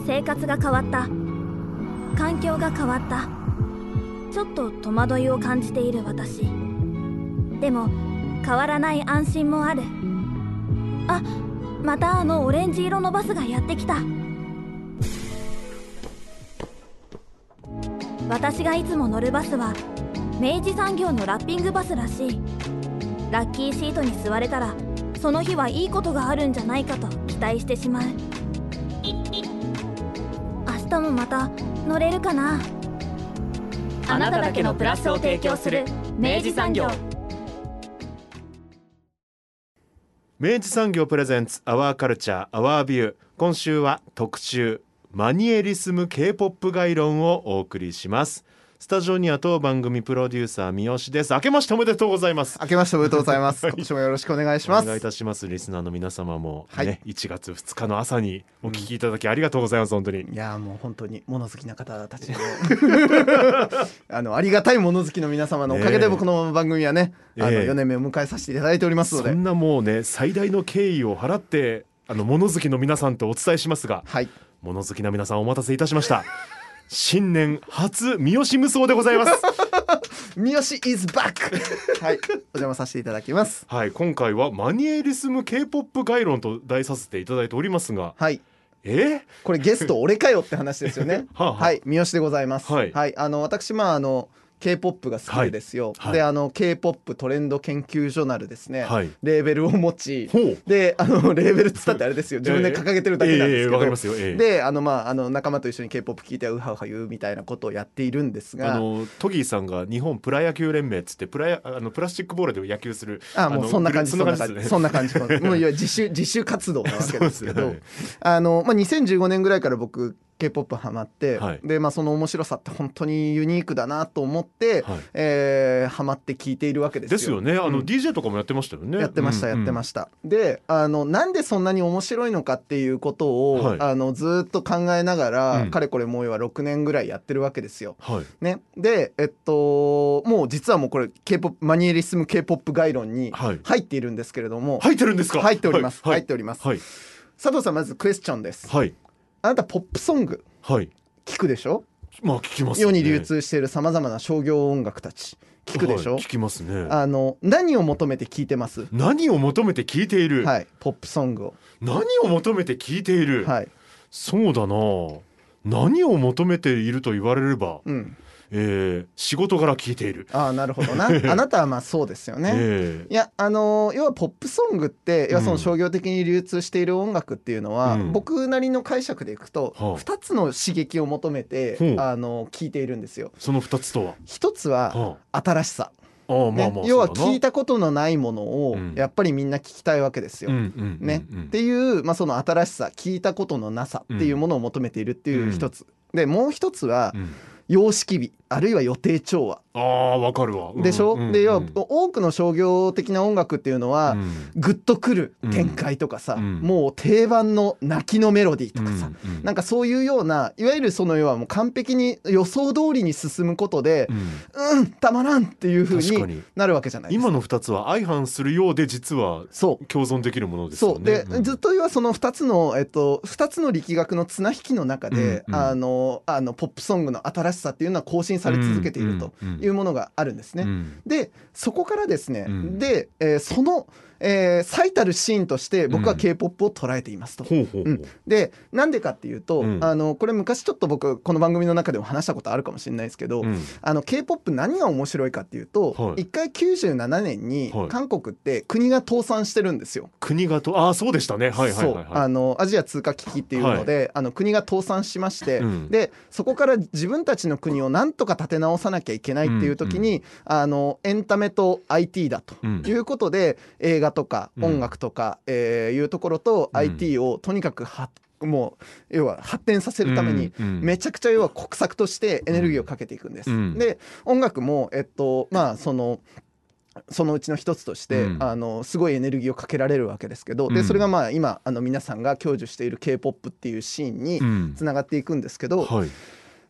生活が変わった。環境が変わった。ちょっと戸惑いを感じている私。でも変わらない安心もある。あ、またあのオレンジ色のバスがやってきた。私がいつも乗るバスは明治産業のラッピングバスらしい。ラッキーシートに座れたらその日はいいことがあるんじゃないかと期待してしまう。明日もまた乗れるかな。 あなただけのプラスを提供する明治産業。 明治産業プレゼンツアワーカルチャーアワービュー。今週は特集マニエリスム K-POP 概論をお送りします。スタジオには当番組プロデューサー三好です。明けましておめでとうございます。 明けましておめでとうございます。今年もよろしくお願いします。 お願いいたします。リスナーの皆様も、ね、 はい、 1月2日の朝にお聞きいただきありがとうございます。本当に。 いやもう本当に物好きな方たちのありがたい物好きの皆様のおかげで僕の番組はね、4年目を迎えさせていただいておりますので、 そんなもうね最大の敬意を払って物好きの皆さんとお伝えしますが、 はい、 物好きな皆さんお待たせいたしました新年初三好無双でございます三好 is back はい、お邪魔させていただきます。 はい、今回はマニエリスム K-POP 概論と題させていただいておりますが、 はい、 これゲスト俺かよって話ですよねはあ、はあ、 はい、三好でございます。 はい、 はい、私K-POP が好きでですよ、 はい、 でK-POP トレンド研究所なるですね、 はい、 レーベルを持ち、でレーベルっつったってあれですよ、自分で掲げてるだけなんですけど、 わかりますよ、 で仲間と一緒に K-POP 聞いてウハウハ言うみたいなことをやっているんですが、 トギーさんが日本プラ野球連盟っつってプラスチックボールで野球する、 もうそんな感じ、そんな感じもういわゆる自主活動なわけですけどはい、 2015年ぐらいから僕K-POP ハマって、 はい、 でその面白さって本当にユニークだなと思って、はい、ハマって聞いているわけですよ。 ですよね。DJ とかもやってましたよね。 やってました。でなんでそんなに面白いのかっていうことを、はい、ずっと考えながら、かれこれもう6年ぐらいやってるわけですよ。 はい、 ね、でもう実はもうこれ K-POP マニエリスム K-POP 概論に入っているんですけれども、 入ってるんですか？ 入っております。 はい、 入っております。 はい、 佐藤さん、まずクエスチョンです。 はい、 あなたポップソング、はい、聞くでしょ？ まあ聞きますね。 世に流通しているさまざまな商業音楽たち聞くでしょ？ はい、聞きますね。 何を求めて聞いてます？ 何を求めて聞いている？ はい、ポップソングを何を求めて聞いている？はい、そうだな、何を求めていると言われれば、仕事柄聞いている。 なるほどなあなたはまあそうですよね。いや要はポップソングって要はその商業的に流通している音楽っていうのは、僕なりの解釈でいくと、2つの刺激を求めて聞いているんですよ。 その2つとは、 1つは新しさ、要は聞いたことのないものをやっぱりみんな聞きたいわけですよ、ね、っていう、その新しさ、聞いたことのなさっていうものを求めているっていう一つ、でもう一つは、様式美あるいは予定調和。 わかるわ。 でしょ、で要は多くの商業的な音楽っていうのは、グッとくる展開とかさ、もう定番の泣きのメロディーとかさ、なんかそういうようないわゆるその要はもう完璧に予想通りに進むことで、たまらんっていう風になるわけじゃないですか。 今の2つは相反するようで実は共存できるものですよね。 そうで、ずっと要はその2つの力学の綱引きの中で、ポップソングの新しさっていうのは更新され続けているというものがあるんですね。でそこからですね、で、その最たるシーンとして僕は K-POP を捉えていますと。でなんでかっていうと、これ昔ちょっと僕この番組の中でも話したことあるかもしれないですけど、K-POP 何が面白いかっていうと、一回97年に韓国って国が倒産してるんですよ。 国がそうでしたね。 アジア通貨危機っていうので、国が倒産しまして、でそこから自分たちの国をなんとか立て直さなきゃいけないっていう時に、エンタメと IT だということで、映画とか音楽とか、いうところと IT をとにかくもう要は発展させるためにめちゃくちゃ要は国策としてエネルギーをかけていくんです。で音楽もそのうちの一つとして、すごいエネルギーをかけられるわけですけど、でそれが今皆さんが享受している K-POP っていうシーンにつながっていくんですけど、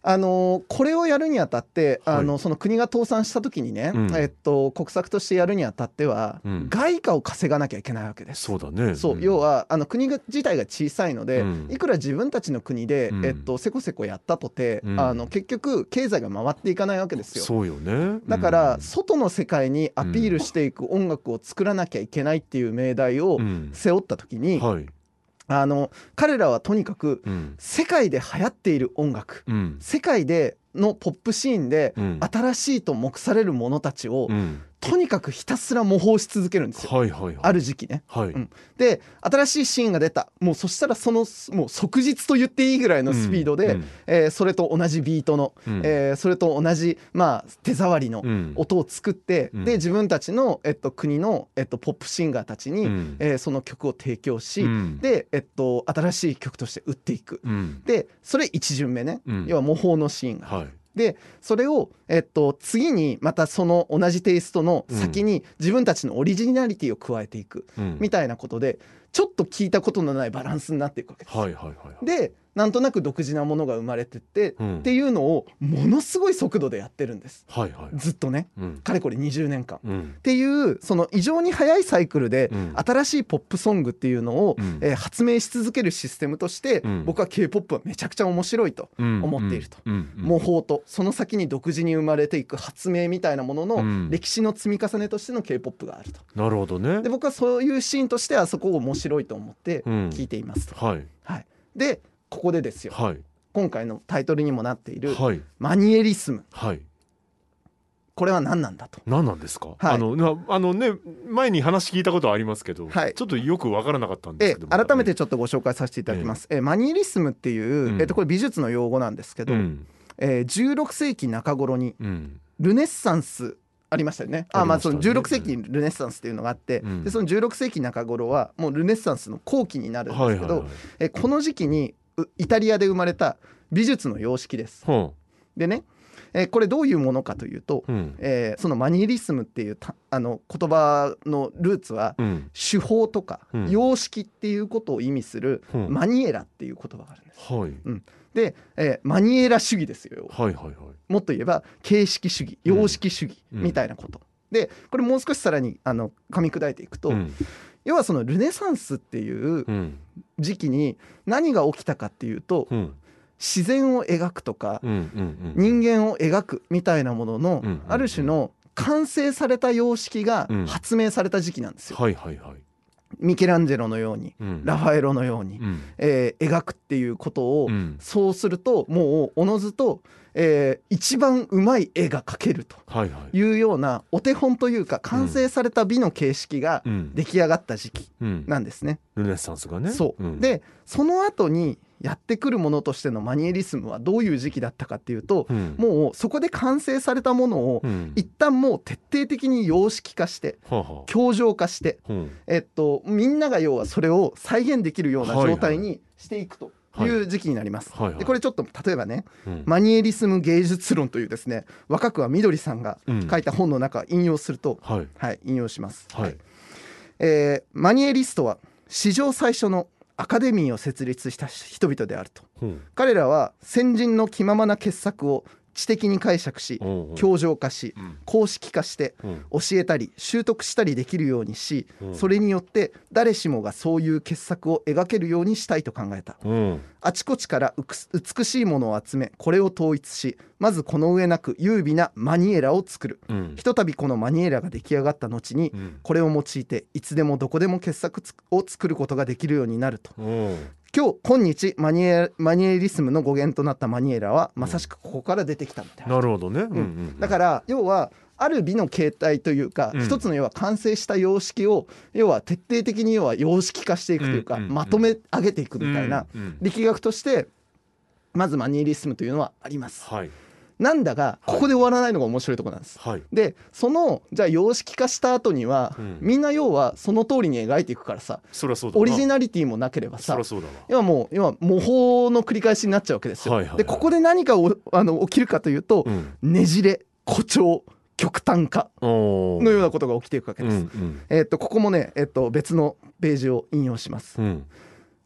これをやるにあたって、 はいその国が倒産した時にね、 うん国策としてやるにあたっては、 うん外貨を稼がなきゃいけないわけです。 そうだね。 そう、要は国が自体が小さいので、いくら自分たちの国で、せこせこやったとて、結局経済が回っていかないわけですよ。 そうよね。 だから外の世界にアピールしていく音楽を作らなきゃいけないっていう命題を背負った時に、 はい。 彼らはとにかくうん世界で流行っている音楽、 うん世界でのポップシーンでうん新しいと目されるものたちをうんとにかくひたすら模倣し続けるんですよ、 はいはいはい。 ある時期ね。 はい。 うんで新しいシーンが出た、もうそしたらもう即日と言っていいぐらいのスピードで、それと同じビートの、それと同じ、手触りの音を作って、で自分たちの、国の、ポップシンガーたちに、その曲を提供し、で、新しい曲として売っていく、でそれ1巡目ね、要は模倣のシーンが、 はい。 でそれを、次にまたその同じテイストの先に自分たちのオリジナリティを加えていく、みたいなことでちょっと聞いたことのないバランスになっていくわけです。 はいはいはい。 でなんとなく独自なものが生まれてって、っていうのをものすごい速度でやってるんです、 はいはい。 ずっとね、かれこれ20年間、 うんっていうその異常に速いサイクルで新しいポップソングっていうのを、発明し続けるシステムとして、僕は K-POP はめちゃくちゃ面白いと思っていると、模倣とその先に独自に生まれていく発明みたいなものの歴史の積み重ねとしての K-POP があると。 なるほどね。 で僕はそういうシーンとしてはそこを面白いと思って聞いていますと、 はいはい、でここでですよ、 はい今回のタイトルにもなっているはいマニエリスム、 はい。 これは何なんだと。 何なんですか。 はいね、前に話聞いたことはありますけど、 はいちょっとよくわからなかったんですけど、 改めてちょっとご紹介させていただきます。マニエリスムっていう、これ美術の用語なんですけど、16世紀中頃にルネッサンスありましたよね。その16世紀にルネッサンスっていうのがあって、でその16世紀中頃はもうルネッサンスの後期になるんですけど、この時期にイタリアで生まれた美術の様式です。でね、これどういうものかというと、そのマニエリスムっていう言葉のルーツは、手法とか、様式っていうことを意味する、マニエラっていう言葉があるんです。で、マニエラ主義ですよ。もっと言えば形式主義、様式主義みたいなこと、でこれもう少しさらに噛み砕いていくと、要はそのルネサンスっていう時期に何が起きたかっていうと、自然を描くとか、人間を描くみたいなものの、ある種の完成された様式が発明された時期なんですよ。ミケランジェロのように、ラファエロのように、描くっていうことを、そうするともうおのずと、一番うまい絵が描けるというようなお手本というか完成された美の形式が出来上がった時期なんですね、 ルネッサンスがね。 そう、でその後にやってくるものとしてのマニエリスムはどういう時期だったかっていうと、もうそこで完成されたものを一旦もう徹底的に様式化して、強情化して、みんなが要はそれを再現できるような状態にしていくという時期になります。でこれちょっと例えばね、マニエリスム芸術論というですね、若くはみどりさんが書いた本の中引用すると、引用します、マニエリストは史上最初のアカデミーを設立した人々であると、彼らは先人の気ままな傑作を知的に解釈し、強情化し、公式化して、教えたり習得したりできるようにし、それによって誰しもがそういう傑作を描けるようにしたいと考えた。あちこちから美しいものを集め、これを統一し、まずこの上なく優美なマニエラを作る。ひとたびこのマニエラが出来上がった後に、これを用いていつでもどこでも傑作を作ることができるようになると。今日マニエリスムの語源となったマニエラはまさしくここから出てきたみたいな。 なるほどね、 だから要はある美の形態というか、一つの要は完成した様式を要は徹底的に要は様式化していくというか、まとめ上げていくみたいな力学としてまずマニエリスムというのはあります、なんだがここで終わらないのが面白いところなんです、でそのじゃあ様式化した後には、みんな要はその通りに描いていくからさ、オリジナリティもなければさ、要は模倣の繰り返しになっちゃうわけですよ、でここで何が起きるかというと、ねじれ、誇張、極端化のようなことが起きていくわけです、ここもね、別のページを引用します、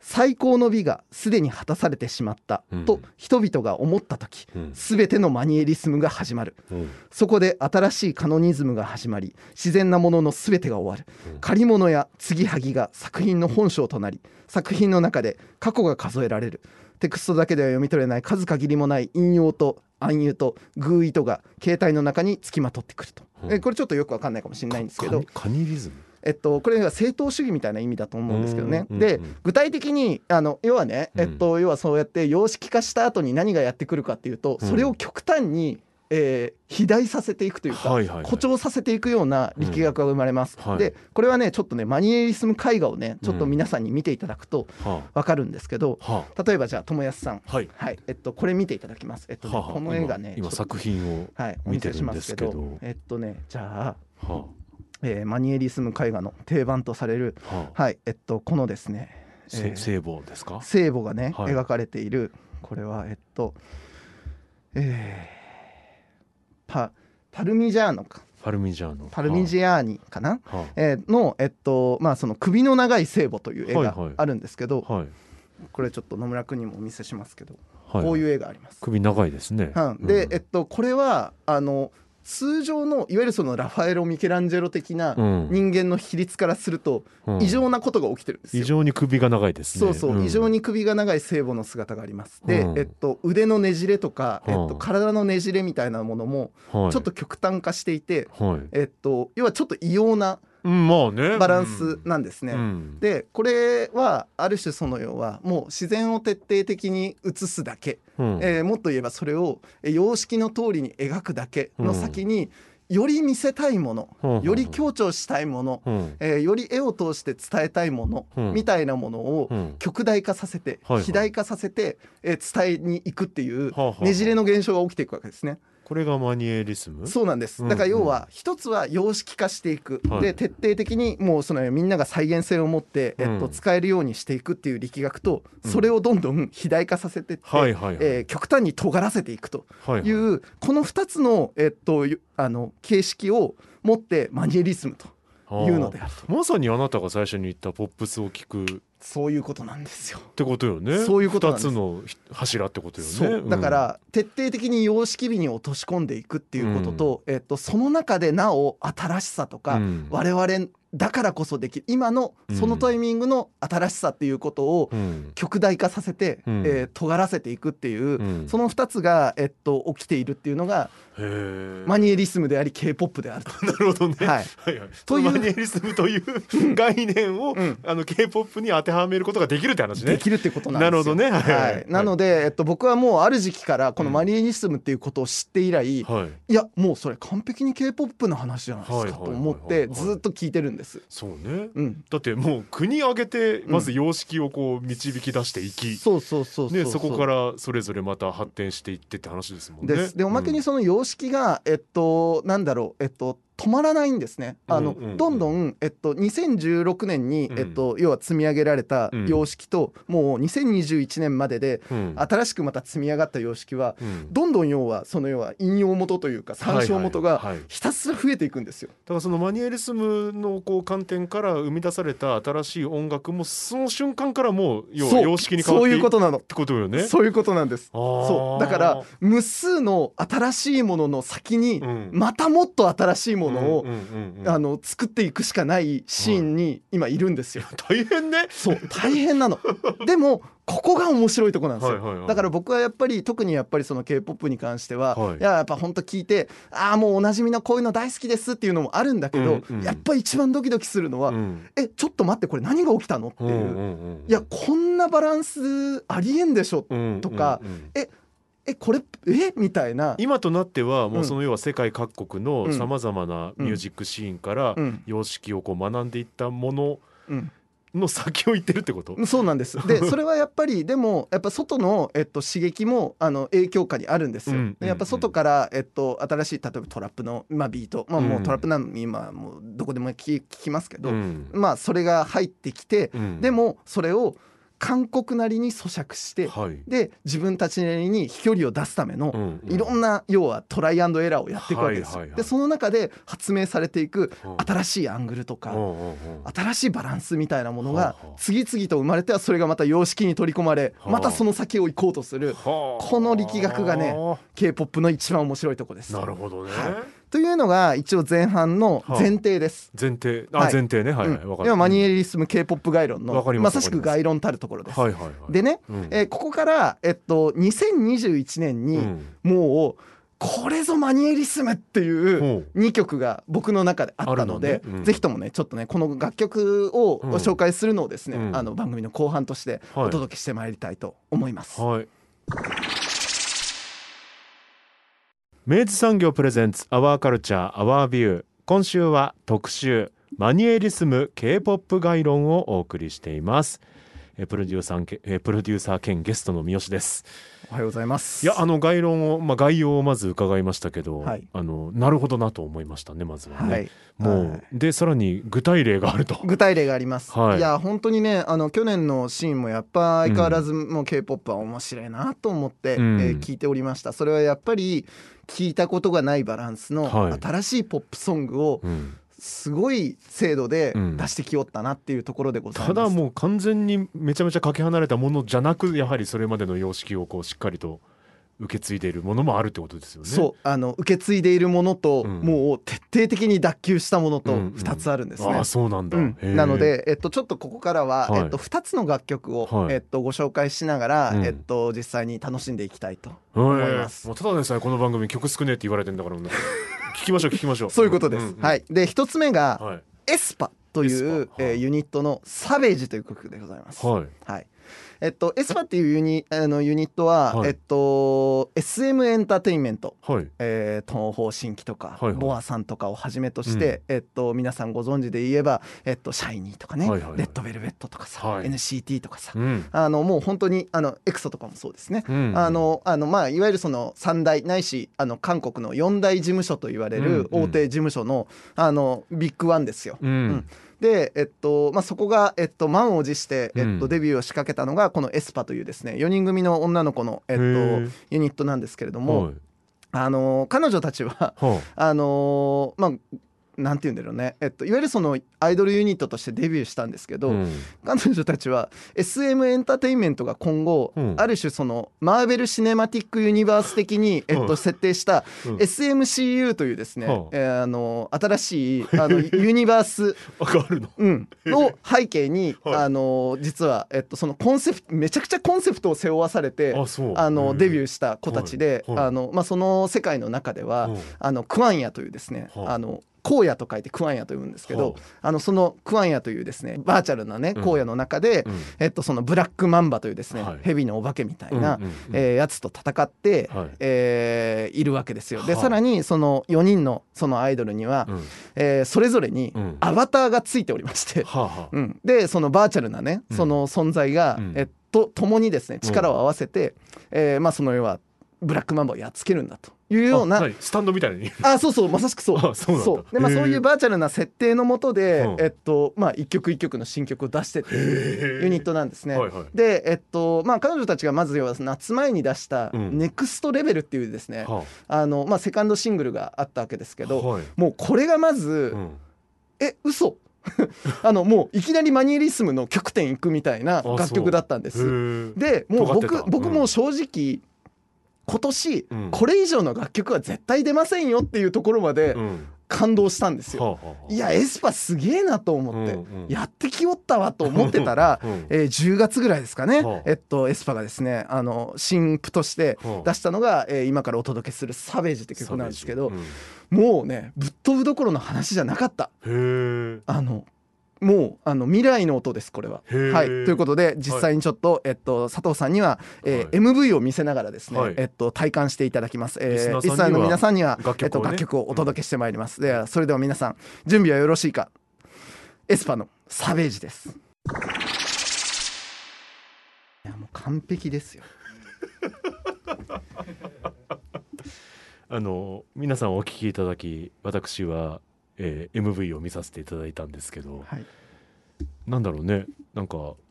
最高の美がすでに果たされてしまったと人々が思った時、全てのマニエリスムが始まる。そこで新しいカノニズムが始まり、自然なものの全てが終わる。借り物や継ぎはぎが作品の本性となり、作品の中で過去が数えられる。テクストだけでは読み取れない数限りもない引用と暗喩と偶意とが形態の中につきまとってくると。これちょっとよく分かんないかもしれないんですけど、 カニリズム、 これは正当主義みたいな意味だと思うんですけどね。で具体的に要はね、要はそうやって様式化した後に何がやってくるかっていうと、それを極端に肥大させていくというか、誇張させていくような力学が生まれます。でこれはねちょっとねマニエリスム絵画をねちょっと皆さんに見ていただくと分かるんですけど、例えばじゃあ友安さん、これ見ていただきます。この絵がね今作品を見てるんですけど、 じゃあマニエリスム絵画の定番とされる、このですね、 聖母ですか？ 聖母がね、描かれている、これはパルミジャーノかパルミジャーニかな、の、その首の長い聖母という絵があるんですけど、これちょっと野村君にもお見せしますけど、こういう絵があります。 首長いですね。 で、これは通常のいわゆるそのラファエロ・ミケランジェロ的な人間の比率からすると異常なことが起きてるんですよ。 異常に首が長いですね。 異常に首が長い聖母の姿があります。で、腕のねじれとか、体のねじれみたいなものもちょっと極端化していて、要はちょっと異様なバランスなんですね。でこれはある種その要はもう自然を徹底的に写すだけ、もっと言えばそれを様式の通りに描くだけの先に、より見せたいもの、より強調したいもの、より絵を通して伝えたいもの、みたいなものを極大化させて、肥大化させて、伝えにいくっていうねじれの現象が起きていくわけですね。 これがマニエリスム？ そうなんです。だから要は一つは様式化していく、で徹底的にもうそのみんなが再現性を持って、使えるようにしていくっていう力学と、それをどんどん肥大化させていって、極端に尖らせていくという、この2つの、形式を持ってマニエリスムというのであると。 まさにあなたが最初に言ったポップスを聞く、 そういうことなんですよ。 ってことよね。 そういうことなんです。 2つの柱ってことよね。 そうだから、徹底的に様式美に落とし込んでいくっていうことと、その中でなお新しさとか、我々だからこそできる今のそのタイミングの新しさっていうことを極大化させて、尖らせていくっていう、その2つが、起きているっていうのがマニエリスムであり K-POP であると。 なるほどね。というマニエリスムという概念を、K-POP に当てはめることができるって話ね。 できるってことなんですよ。 なるほどね。 なので、僕はもうある時期からこのマニエリスムっていうことを知って以来、いやもうそれ完璧に K-POP の話じゃないですかと思ってずっと聞いてるんです。 そうね、だってもう国挙げてまず様式をこう導き出していき、そこからそれぞれまた発展していってって話ですもんね。 でおまけにその様式がなんだろう止まらないんですね。どんどん、2016年に、要は積み上げられた様式と、もう2021年までで、新しくまた積み上がった様式は、どんどん要は引用元というか参照元がひたすら増えていくんですよ。 だからそのマニエリスムのこう観点から生み出された新しい音楽もその瞬間からもう要は様式に変わっていくってことよね。 そういうことなんです。そうだから無数の新しいものの先に、またもっと新しいものを作っていくしかないシーンに今いるんですよ。 大変ね。 そう大変なの。でもここが面白いとこなんですよ。だから僕はやっぱり特にその K-POP に関しては、やっぱ本当聞いてもうおなじみのこういうの大好きですっていうのもあるんだけど、やっぱり一番ドキドキするのは、ちょっと待ってこれ何が起きたのっていう、いやこんなバランスありえんでしょとか、これみたいな。 今となってはもうその要は世界各国のさまざまなミュージックシーンから様式をこう学んでいったものの先を言ってるってこと？ そうなんです。でそれはやっぱりでもやっぱ外の、刺激も影響下にあるんですよ。やっぱ外から、新しい例えばトラップの、ビート、もうトラップなのに今もうどこでも聞きますけど、それが入ってきて、でもそれを韓国なりに咀嚼して、 はい、 で自分たちなりに飛距離を出すためのいろんな要はトライアンドエラーをやっていくわけですよ、でその中で発明されていく新しいアングルとか、新しいバランスみたいなものが次々と生まれては、それがまた様式に取り込まれ、またその先を行こうとする、この力学がね K-POP の一番面白いとこです。 なるほどね、 というのが一応前半の前提です。 前提ね、はい、わかる。 マニエリスム K-POP 概論のまさしく概論たるところです。でね、ここから、2021年にもうこれぞマニエリスムっていう2曲が僕の中であったので、ぜひともねちょっとねこの楽曲を紹介するのをですね、番組の後半としてお届けしてまいりたいと思います。 明治産業プレゼンツアワーカルチャーアワービュー、今週は特集マニエリスム K-POP 概論をお送りしています。プロデューサー兼ゲストの三好です。 おはようございます。 いや概論を、概要をまず伺いましたけど、なるほどなと思いましたね。まずはね、でさらに具体例があると。具体例があります、いや本当にね去年のシーンもやっぱ相変わらずもう K-POP は面白いなと思って、聞いておりました。それはやっぱり聞いたことがないバランスの新しいポップソングを、すごい精度で出してきよったなっていうところでございます。 ただもう完全にめちゃめちゃかけ離れたものじゃなく、やはりそれまでの様式をこうしっかりと受け継いでいるものもあるってことですよね。 そう受け継いでいるものと、もう徹底的に脱臼したものと2つあるんですね。 そうなんだ、 なので、ちょっとここからは、2つの楽曲を、ご紹介しながら、実際に楽しんでいきたいと思います。 もうただでさえこの番組曲少ねえって言われてんだからね聞きましょうそういうことです、で1つ目が、エスパという、ユニットのサベージという曲でございます。エスパっていうユニットは、SM エンターテインメント、東方神起とか、ボアさんとかをはじめとして、皆さんご存知で言えば、シャイニーとかね、レッドベルベットとかさ、NCT とかさ、もう本当にエクソとかもそうですね、いわゆるその3大ないし韓国の4大事務所と言われる大手事務所の、ビッグワンですよ。で、そこが、満を持して、デビューを仕掛けたのがこのエスパというですね4人組の女の子の、ユニットなんですけれども、彼女たちはなんて言うんだろうね、いわゆるそのアイドルユニットとしてデビューしたんですけど、彼女たちは SM エンターテインメントが今後、ある種そのマーベル・シネマティック・ユニバース的に、設定した、SMCU というですね、新しいユニバースの背景に実は、そのコンセプトめちゃくちゃコンセプトを背負わされてデビューした子たちで、その世界の中ではクワンヤというですね荒野と書いてクワンヤと言うんですけど、そのクワンヤというですねバーチャルなね荒野の中で、そのブラックマンバというですね、蛇のお化けみたいな、やつと戦って、いるわけですよ。でさらにその4人のそのアイドルには、それぞれにアバターがついておりまして、でそのバーチャルなねその存在が、共にですね力を合わせて、その要はブラックマンバをやっつけるんだというようなスタンドみたいにそうまさしくそうで、そういうバーチャルな設定のもとで、一曲一曲の新曲を出してっていうユニットなんですね。で彼女たちがまずは夏前に出したネクストレベルっていうですね、セカンドシングルがあったわけですけど、もうこれがまず、嘘もういきなりマニエリスムの極点いくみたいな楽曲だったんです。でもう僕も正直今年これ以上の楽曲は絶対出ませんよっていうところまで感動したんですよ。いやエスパすげえなと思って、やってきよったわと思ってたら、10月ぐらいですかね、エスパがですね新譜として出したのが、今からお届けするサベージって曲なんですけど、もうねぶっ飛ぶどころの話じゃなかった。もう未来の音ですこれは。ということで実際にちょっと、佐藤さんには、MV を見せながらですね、体感していただきます。リスナーの皆さんには楽曲をお届けしてまいります。ではそれでは皆さん準備はよろしいか。エスパのサベージです。いやもう完璧ですよ皆さんお聞きいただき、私はMV を見させていただいたんですけど、なんだろうね、なんか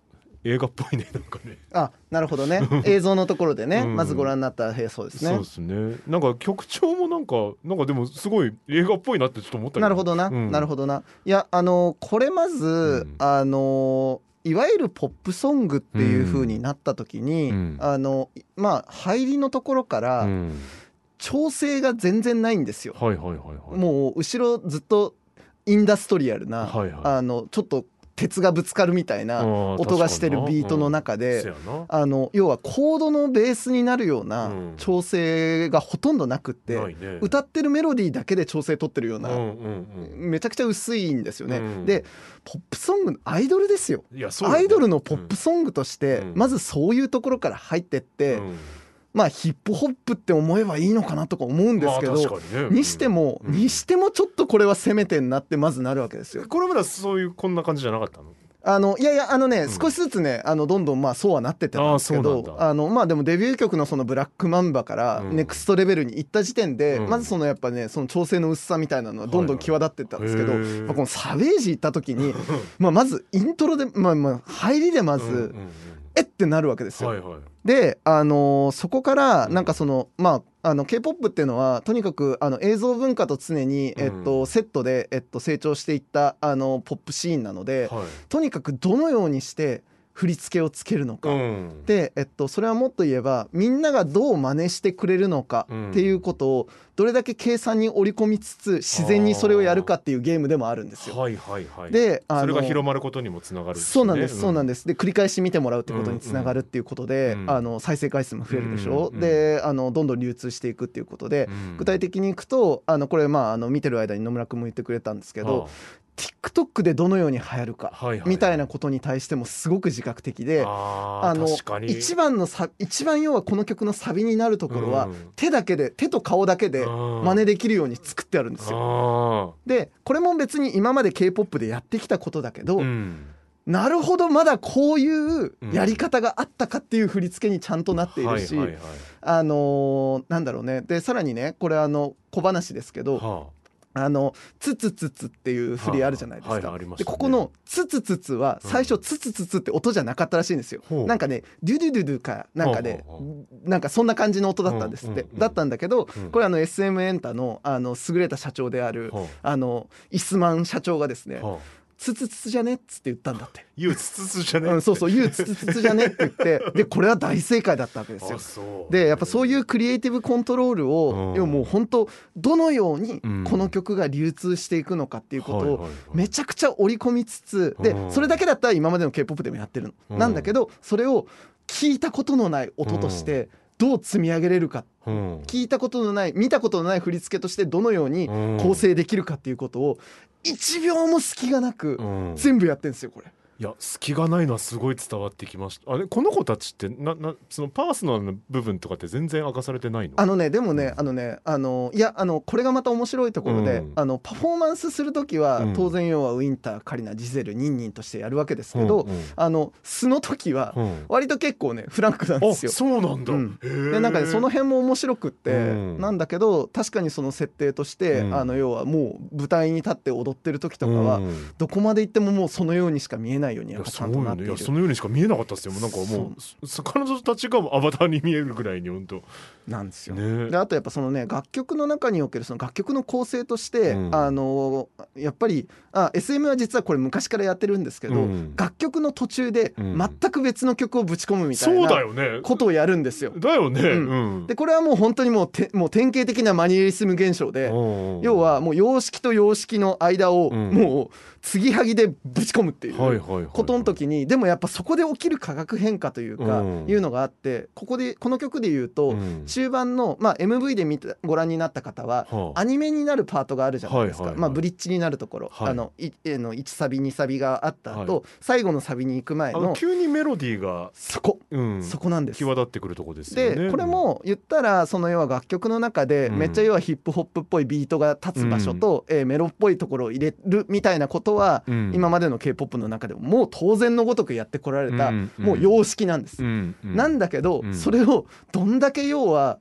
映画っぽいねなんかね。 あ、なるほどね。映像のところでね、 うんまずご覧になったらそうですね。 そうですね。なんか曲調もなんかでもすごい映画っぽいなってちょっと思ったけど。 なるほどな、なるほどな。いやこれまず、いわゆるポップソングっていう風になった時に、まあ入りのところから、調整が全然ないんですよ。もう後ろずっとインダストリアルな、ちょっと鉄がぶつかるみたいな音がしてるビートの中で、要はコードのベースになるような調整がほとんどなくって、歌ってるメロディーだけで調整取ってるような、めちゃくちゃ薄いんですよね。でポップソングアイドルですよ。アイドルのポップソングとして、まずそういうところから入ってって、まあヒップホップって思えばいいのかなとか思うんですけど、にしてもちょっとこれは攻めてんなってまずなるわけですよ。 これまでそういうこんな感じじゃなかったの？ いやいや少しずつねどんどんまあそうはなってたんですけど、まあでもデビュー曲のそのブラックマンバからネクストレベルに行った時点で、まずそのやっぱねその調整の薄さみたいなのはどんどん際立ってったんですけど、まあこのサベージ行った時にまずイントロで入りでまずってなるわけですよ。でそこからなんかそのK-POP っていうのはとにかく映像文化と常に、セットで、成長していったポップシーンなので、とにかくどのようにして振り付けをつけるのか、で、それはもっと言えばみんながどう真似してくれるのかっていうことをどれだけ計算に織り込みつつ自然にそれをやるかっていうゲームでもあるんですよ。でそれが広まることにもつながる、 そうなんです、そうなんです。で繰り返し見てもらうってことにつながるっていうことで、再生回数も増えるでしょ、でどんどん流通していくっていうことで、具体的にいくとこれ見てる間に野村君も言ってくれたんですけど、TikTok でどのように流行るかみたいなことに対してもすごく自覚的で、一番要はこの曲のサビになるところは、手と顔だけで真似できるように作ってあるんですよ。でこれも別に今まで K-POP でやってきたことだけど、なるほどまだこういうやり方があったかっていう振り付けにちゃんとなっているし、なんだろうね。でさらにねこれ小話ですけど、ツツツツっていう振りあるじゃないですか。でここのツツツツは最初ツツツツって音じゃなかったらしいんですよ。なんかねデュデュデュデュかなんかでなんかそんな感じの音だったんですって。だったんだけどこれSM エンタの優れた社長であるイスマン社長がですね、ツツツじゃねっつって言ったんだって。 ユーツツツじゃね、 そうユーツツツじゃねって言ってでこれは大正解だったわけですよ。でやっぱそういうクリエイティブコントロールをもう本当どのようにこの曲が流通していくのかっていうことをめちゃくちゃ織り込みつつ、でそれだけだったら今までの K-POP でもやってるの、なんだけどそれを聞いたことのない音としてどう積み上げれるか、聞いたことのない見たことのない振り付けとしてどのように構成できるかっていうことを1秒も隙がなく全部やってるんですよこれ。 いや隙がないのはすごい伝わってきました。あれこの子たちってそのパーソナルな部分とかって全然明かされてないの？ でもねいやこれがまた面白いところで、パフォーマンスする時は当然要はウィンター、カリナ、ジゼル、ニンニンとしてやるわけですけど、素の時は割と結構ねフランクなんですよ。 そうなんだ。 でなんかねその辺も面白くって、なんだけど確かにその設定として、要はもう舞台に立って踊ってる時とかは、どこまで行ってももうそのようにしか見えないようにやっぱちゃんとなっている。 そのようにしか見えなかったですよ。なんかもう彼女たちがアバターに見えるぐらいに本当なんですよ。であとやっぱそのね楽曲の中におけるその楽曲の構成として、やっぱりSM は実はこれ昔からやってるんですけど、楽曲の途中で全く別の曲をぶち込むみたいなことをやるんですよ。 だよね。 でこれはもう本当にもう典型的なマニエリスム現象で、要はもう様式と様式の間をもう継ぎはぎでぶち込むっていうことの時に、でもやっぱそこで起きる化学変化というか、いうのがあって、この曲で言うと、中盤の、MV でご覧になった方は、アニメになるパートがあるじゃないですか。ブリッジになるところ、1サビ2サビがあった後、最後のサビに行く前の急にメロディーがそこなんです。 際立ってくるとこですよね。 でこれも言ったらその要は楽曲の中でめっちゃ要はヒップホップっぽいビートが立つ場所と、メロっぽいところを入れるみたいなことは、今までの K-POP の中でももう当然のごとくやってこられた、もう様式なんです。なんだけど、それをどんだけ要は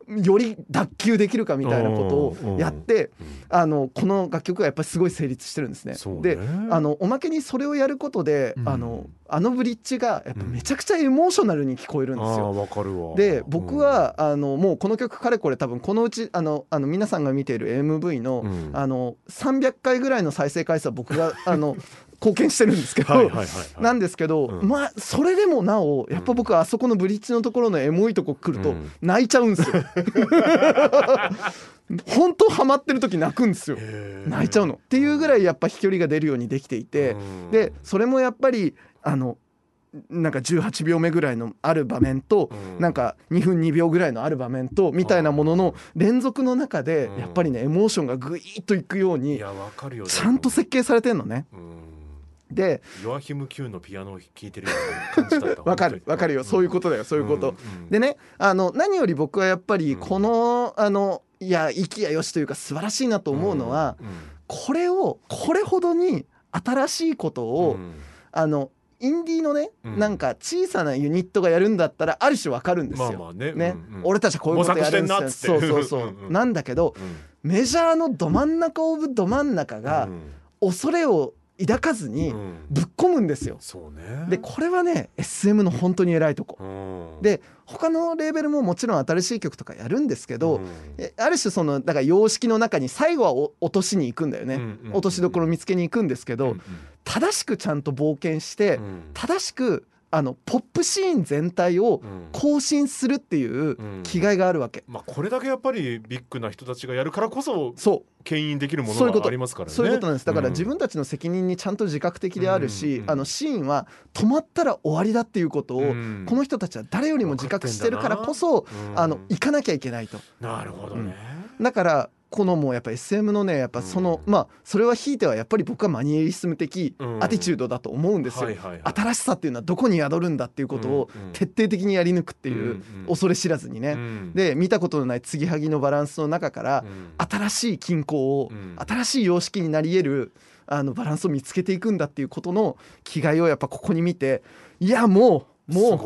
より脱臼できるかみたいなことをやって、この楽曲がやっぱりすごい成立してるんですね。でおまけにそれをやることで、あのブリッジがやっぱめちゃくちゃエモーショナルに聞こえるんですよ。 わかるわ。 で僕はもうこの曲かれこれ多分このうち皆さんが見ている MV の、300回ぐらいの再生回数は僕が貢献してるんですけどなんですけど、まあそれでもなおやっぱ僕はあそこのブリッジのところのエモいとこ来ると泣いちゃうんですよ。本当ハマってる時泣くんですよ。泣いちゃうのっていうぐらいやっぱ飛距離が出るようにできていて、でそれもやっぱりなんか18秒目ぐらいのある場面と、なんか2分2秒ぐらいのある場面とみたいなものの連続の中でやっぱりねエモーションがグイーッといくようにちゃんと設計されてんのね。でヨアヒム Q のピアノを聴いてるような感じだった。 わかるよ、そういうことだよ、そういうこと、でね何より僕はやっぱりこのいや息やよしというか素晴らしいなと思うのは、これほどに新しいことをインディーのね、なんか小さなユニットがやるんだったらある種わかるんですよ。俺たちはこういうことやるんですよ。そうなんだけど、メジャーのど真ん中オブど真ん中が恐れを抱かずにぶっ込むんですよ。でこれはね SM の本当に偉いとこで、他のレーベルももちろん新しい曲とかやるんですけど、ある種そのだから様式の中に最後は落としに行くんだよね。落としどころ見つけに行くんですけど、正しくちゃんと冒険して正しくポップシーン全体を更新するっていう気概があるわけ。 これだけやっぱりビッグな人たちがやるからこそ牽引できるものがありますからね。 そういうことなんです。だから自分たちの責任にちゃんと自覚的であるし、シーンは止まったら終わりだっていうことをこの人たちは誰よりも自覚してるからこそ行かなきゃいけないと。 なるほどね。 だからこのもうやっぱ SM のねやっぱそのそれはひいてはやっぱり僕はマニエリスム的アティチュードだと思うんですよ。新しさっていうのはどこに宿るんだっていうことを徹底的にやり抜くっていう恐れ知らずにね。で見たことのない継ぎはぎのバランスの中から新しい均衡を新しい様式になり得るバランスを見つけていくんだっていうことの気概をやっぱここに見て、いやもう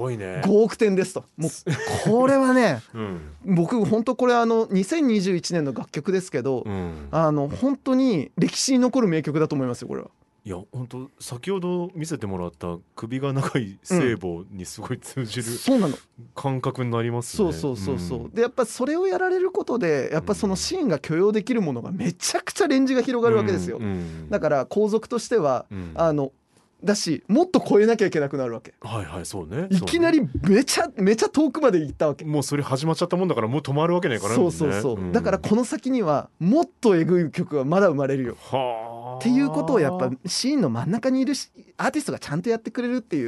5億点ですと。もうこれはね、僕本当これ2021年の楽曲ですけど、本当に歴史に残る名曲だと思いますよこれは。 いや本当先ほど見せてもらった首が長い聖母にすごい通じる感覚になりますね。 そうでやっぱそれをやられることでやっぱそのシーンが許容できるものがめちゃくちゃレンジが広がるわけですよ。だから後続としてはだしもっと超えなきゃいけなくなるわけ。 そうね。 いきなりめちゃ遠くまで行ったわけ。 もうそれ始まっちゃったもんだからもう止まるわけないからね。 そうだからこの先にはもっとえぐい曲がまだ生まれるよっていうことをやっぱシーンの真ん中にいるアーティストがちゃんとやってくれるっていう、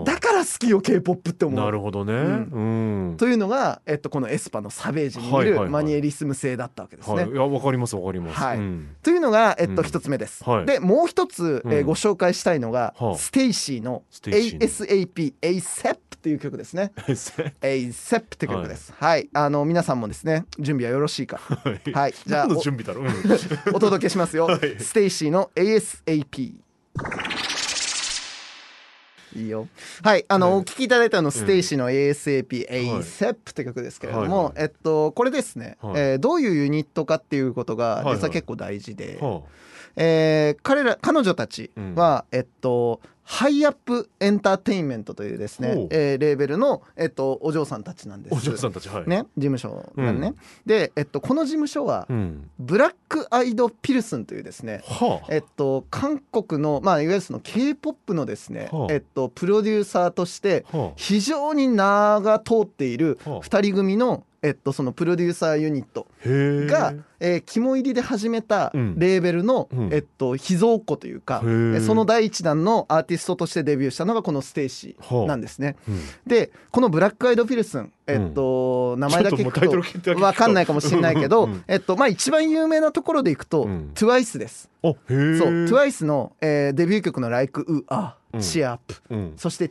だから好きよ K-POP って思う。 なるほどね。 というのがこのエスパのサベージにいるマニエリスム性だったわけですね。 いやわかります。 というのが一つ目です。でもう一つご紹介したいのがステイシーの ASAP ASAP っていう曲ですね。ASAP って曲です。皆さんもですね準備はよろしいか。じゃあ準備だろお届けしますよ。ステイシーの ASAP。いいよ。お聞きいただいたステイシーの ASAP ASAP って曲ですけれども、これですね、どういうユニットかっていうことが実は結構大事で、彼女たちは、ハイアップエンターテインメントというですね、レーベルの、お嬢さんたちなんです。 お嬢さんたち、 ね、事務所がね、で、この事務所は、ブラックアイドピルスンというですね、韓国の、いわゆるその K-POP のですね、プロデューサーとして非常に名が通っている2人組のそのプロデューサーユニットが、肝入りで始めたレーベルの、秘蔵っ子というか、その第一弾のアーティストとしてデビューしたのがこのステイシーなんですね。でこのブラックアイドピルスン、名前だけ聞くと分かんないかもしれないけど、一番有名なところでいくと、TWICE です。TWICE の、デビュー曲の Like U チアアップ、そして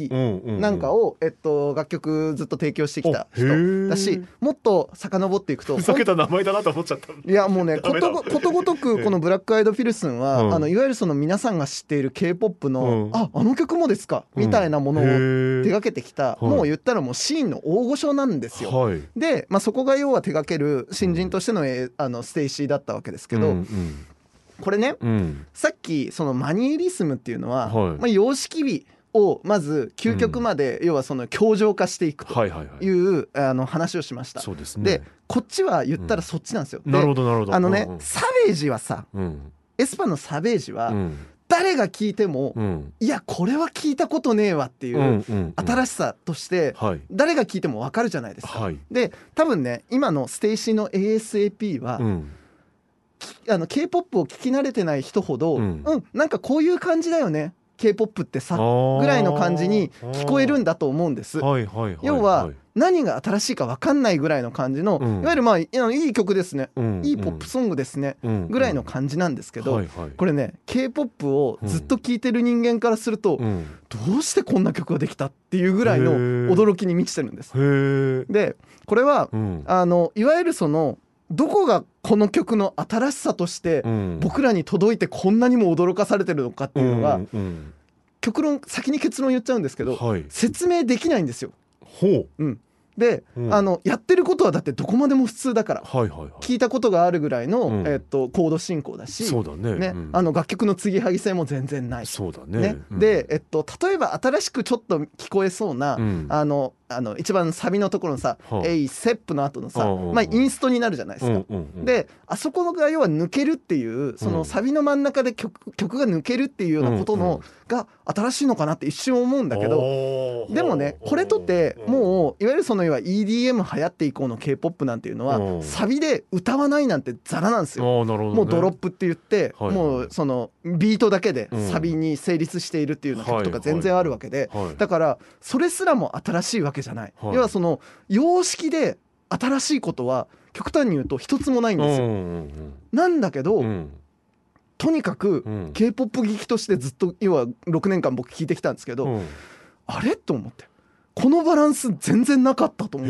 TT なんかを、楽曲ずっと提供してきた人だし、もっと遡っていくとふざけた名前だなと思っちゃった。 いやもうねことごとくこのブラックアイドピルスンは、いわゆるその皆さんが知っている K-POP の、あの曲もですかみたいなものを手掛けてきた、もう言ったらもうシーンの大御所なんですよ。で、そこが要は手掛ける新人としての、ステイシーだったわけですけど、これね、さっきそのマニエリスムっていうのは、様式美をまず究極まで、要はその強情化していくという、話をしました。そうですね。でこっちは言ったらそっちなんですよ。なるほどなるほど。サベージはさ、エスパのサベージは、誰が聞いても、いやこれは聞いたことねえわっていう新しさとして、誰が聞いても分かるじゃないですか。で多分ね今のステイシーの ASAP は、K-POP を聞き慣れてない人ほど、なんかこういう感じだよね K-POP ってさぐらいの感じに聞こえるんだと思うんです。要は何が新しいか分かんないぐらいの感じの、いわゆるいい曲ですね、いいポップソングですね、ぐらいの感じなんですけど、これね K-POP をずっと聴いてる人間からすると、どうしてこんな曲ができたっていうぐらいの驚きに満ちてるんです。でこれは、いわゆるそのどこがこの曲の新しさとして僕らに届いてこんなにも驚かされてるのかっていうのが、極論先に結論言っちゃうんですけど、説明できないんですよ。で、やってることはだってどこまでも普通だから、聞いたことがあるぐらいの、コード進行だし、楽曲の継ぎはぎ性も全然ないし、で、例えば新しくちょっと聞こえそうな、一番サビのところのさ「エイセップ」の後のさ、インストになるじゃないですか。であそこが要は抜けるっていう、そのサビの真ん中で曲が抜けるっていうようなことのが新しいのかなって一瞬思うんだけど、でもねこれとってもういわゆるその要は EDM 流行って以降の K-POP なんていうのはサビで歌わないなんてザラなんですよ。もうドロップって言って、もうそのビートだけでサビに成立しているっていうような曲とか全然あるわけで、だからそれすらも新しいわけじゃない。要はその様式で新しいことは極端に言うと一つもないんですよ。なんだけど、とにかく K-POP 劇としてずっと要は6年間僕聞いてきたんですけど、あれと思って、このバランス全然なかったと思って、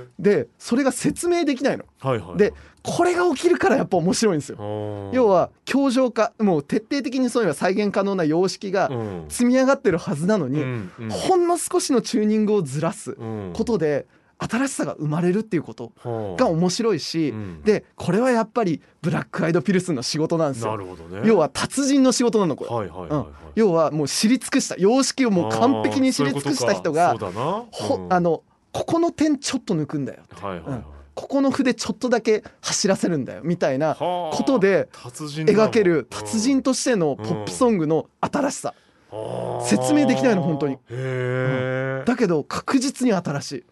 でそれが説明できないの。でこれが起きるからやっぱ面白いんですよ。要は強情化、もう徹底的にそういう再現可能な様式が積み上がってるはずなのに、ほんの少しのチューニングをずらすことで新しさが生まれるっていうことが面白いし、でこれはやっぱりブラックアイドピルスの仕事なんですよ。要は達人の仕事なのこれ。要はもう知り尽くした様式をもう完璧に知り尽くした人が、ここの点ちょっと抜くんだよ、ここの筆ちょっとだけ走らせるんだよみたいなことで描ける達人としてのポップソングの新しさ、説明できないの本当に。だけど確実に新しい。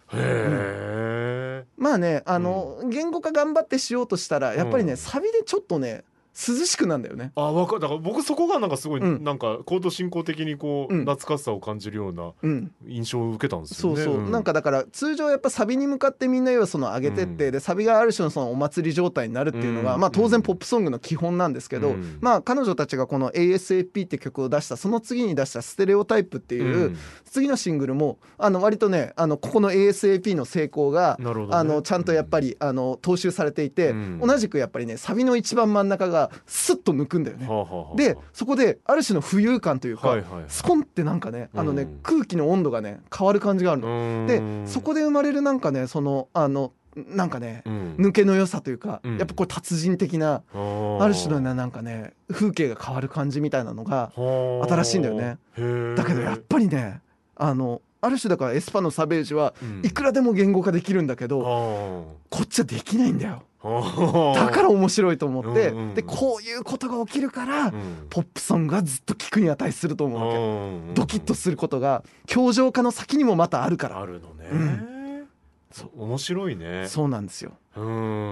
まあね、言語化頑張ってしようとしたらやっぱりね、サビでちょっとね涼しくなんだよね。 分かる。だから僕そこがなんかすごい、なんかコード進行的にこう、懐かしさを感じるような印象を受けたんですよね。 なんかだから通常やっぱサビに向かってみんな要はその上げてって、でサビがある種のそのお祭り状態になるっていうのが、当然ポップソングの基本なんですけど、彼女たちがこの ASAP って曲を出したその次に出したステレオタイプっていう次のシングルも割とねここの ASAP の成功がちゃんとやっぱり踏襲されていて、同じくやっぱりねサビの一番真ん中がスッと抜くんだよね。でそこである種の浮遊感というか、スコンってなんかね空気の温度がね変わる感じがあるので、そこで生まれるなんかねそのなんかね、抜けの良さというか、やっぱこれ達人的なある種のなんかね風景が変わる感じみたいなのが新しいんだよね。だけどやっぱりねある種だからエスパのサベージはいくらでも言語化できるんだけど、こっちはできないんだよ。だから面白いと思って、でこういうことが起きるから、ポップソングがずっと聞くに値すると思うわけ。ドキッとすることが強情化の先にもまたあるから。 あるのね。面白いね。 そうなんですよ。だっ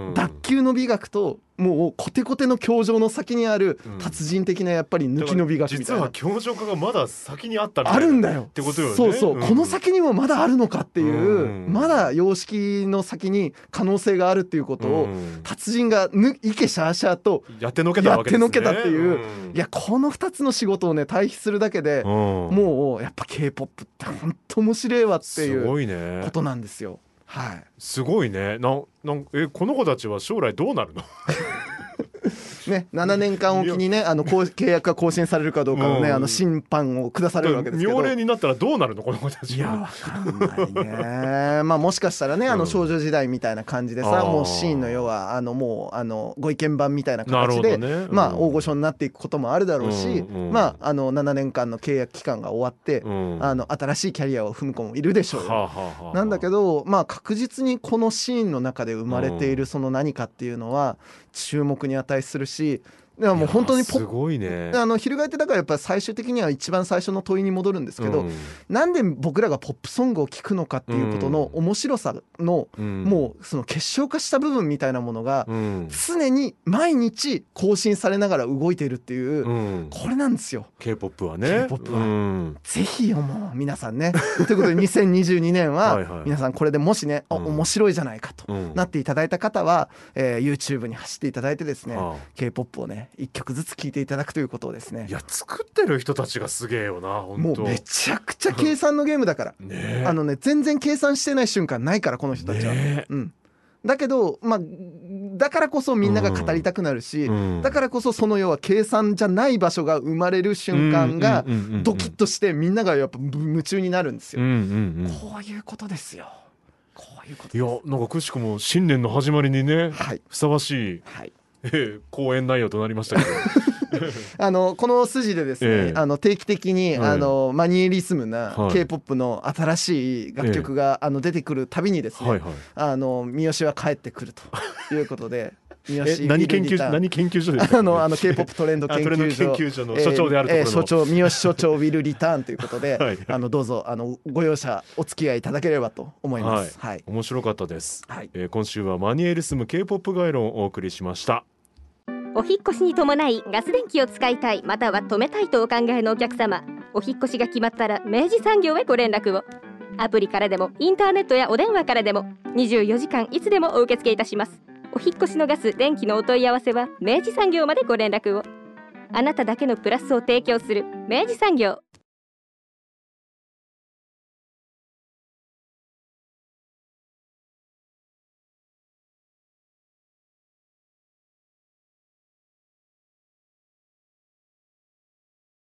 級の美学ともうコテコテの教場の先にある達人的なやっぱり抜きの美学みたいな、 実は教場家がまだ先にあったみたいなあるんだよってことよね。 そうそう、 ん、 この先にもまだあるのかっていう、 うんまだ様式の先に可能性があるっていうことを、達人がイケシャーシャーとやってのけたわけですね。 やってのけたっていう、いやこの2つの仕事をね対比するだけで、もうやっぱ K-POP って本当面白いわっていうすごいねことなんですよ。はい、 すごいね。この子たちは将来どうなるのね、7年間おきにね契約が更新されるかどうかのね、審判を下されるわけですけど、 妙齢になったらどうなるのこの子たちは。 いやわかんないねまあもしかしたらね少女時代みたいな感じでさ、もうシーンの要はもうご意見番みたいな形で、 ね、 まあ大御所になっていくこともあるだろうし、まあ7年間の契約期間が終わって、新しいキャリアを踏む子もいるでしょうよ。なんだけどまあ確実にこのシーンの中で生まれているその何かっていうのは注目に値するし、でももう本当にすごいね。 翻ってだからやっぱり最終的には一番最初の問いに戻るんですけど、なんで僕らがポップソングを聴くのかっていうことの面白さの、もうその結晶化した部分みたいなものが常に毎日更新されながら動いているっていう、これなんですよ K-POP はね。 K-POP は、ぜひよもう皆さんねということで2022年は皆さんこれでもしね面白いじゃないかとなっていただいた方は、YouTube に走っていただいてですね、K-POP をね1曲ずつ聴いていただくということをですね。 いや作ってる人たちがすげえよな本当。 もうめちゃくちゃ計算のゲームだからね、全然計算してない瞬間ないからこの人たちは、だけど、まあ、だからこそみんなが語りたくなるし、だからこそその要は計算じゃない場所が生まれる瞬間がドキッとしてみんながやっぱ夢中になるんですよ、こういうことですよ。こういうことです。 いやなんかくしくも新年の始まりにね、ふさわしい、講演内容となりましたけどこの筋でですね、定期的に、マニエリスムな K-POP の新しい楽曲が、出てくるたびにですね、三好は帰ってくるということで何研究所ですか、 K-POP トレンド研究所の所長であるところの、 三好所長ウィルリターンということで、どうぞご容赦お付き合いいただければと思います。 面白かったです、今週はマニエリスム K-POP 概論をお送りしました。 お引越しに伴いガス電気を使いたいまたは止めたいとお考えのお客様、お引越しが決まったら明治産業へご連絡を。アプリからでもインターネットやお電話からでも24時間いつでもお受け付けいたします。お引越しのガス電気のお問い合わせは明治産業までご連絡を。あなただけのプラスを提供する明治産業。